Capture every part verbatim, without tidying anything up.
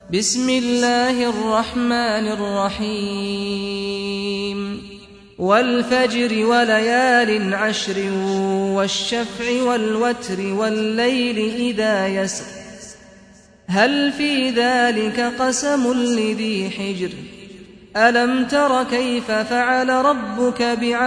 بسم الله الرحمن الرحيم والفجر وليال عشر والشفع والوتر والليل إذا يسر هل في ذلك قسم لذي حجر ألم تر كيف فعل ربك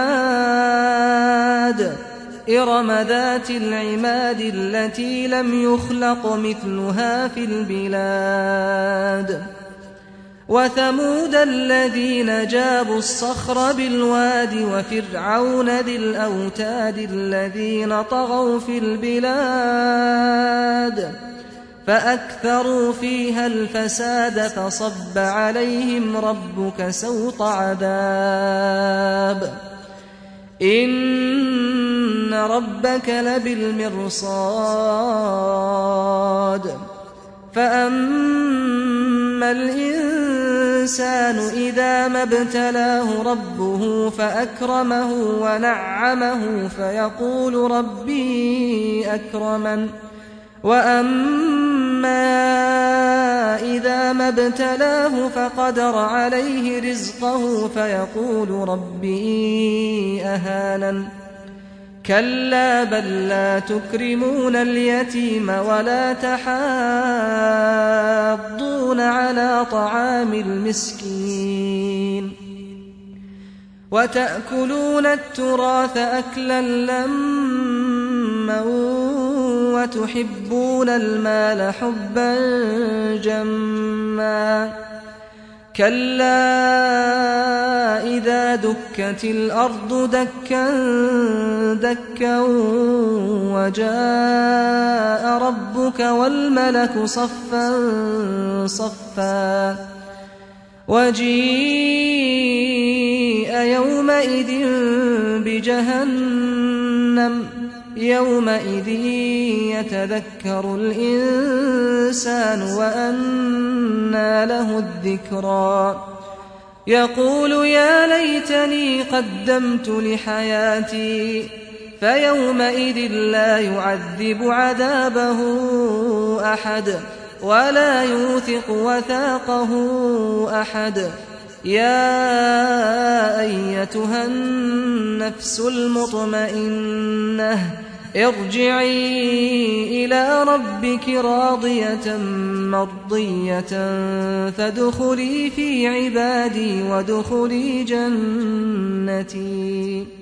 بعاد إرم ذات العماد التي لم يخلق مثلها في البلاد وثمود الذين جابوا الصخر بالواد وفرعون ذي الأوتاد الذين طغوا في البلاد فأكثروا فيها الفساد فصب عليهم ربك سوط عذاب إن ربك لبالمرصاد فأما الإنسان إذا ما ابتلاه ربه فأكرمه ونعمه فيقول ربي أكرمن وأما إذا ما ابتلاه فقدر عليه رزقه فيقول ربي أهانن كلا بل لا تكرمون اليتيم ولا تحاضون على طعام المسكين وتأكلون التراث أكلا لما وتحبون المال حبا جما كلا إذا دكت الأرض دكا دكا وجاء ربك والملك صفا صفا وجيء يومئذ بجهنم يومئذ يتذكر الإنسان وأنى له الذكرى يقول يا ليتني قدمت لحياتي فيومئذ لا يعذب عذابه أحد ولا يوثق وثاقه أحد يا أيتها النفس المطمئنة ارجعي إلى ربك راضية مرضية فادخلي في عبادي وادخلي جنتي.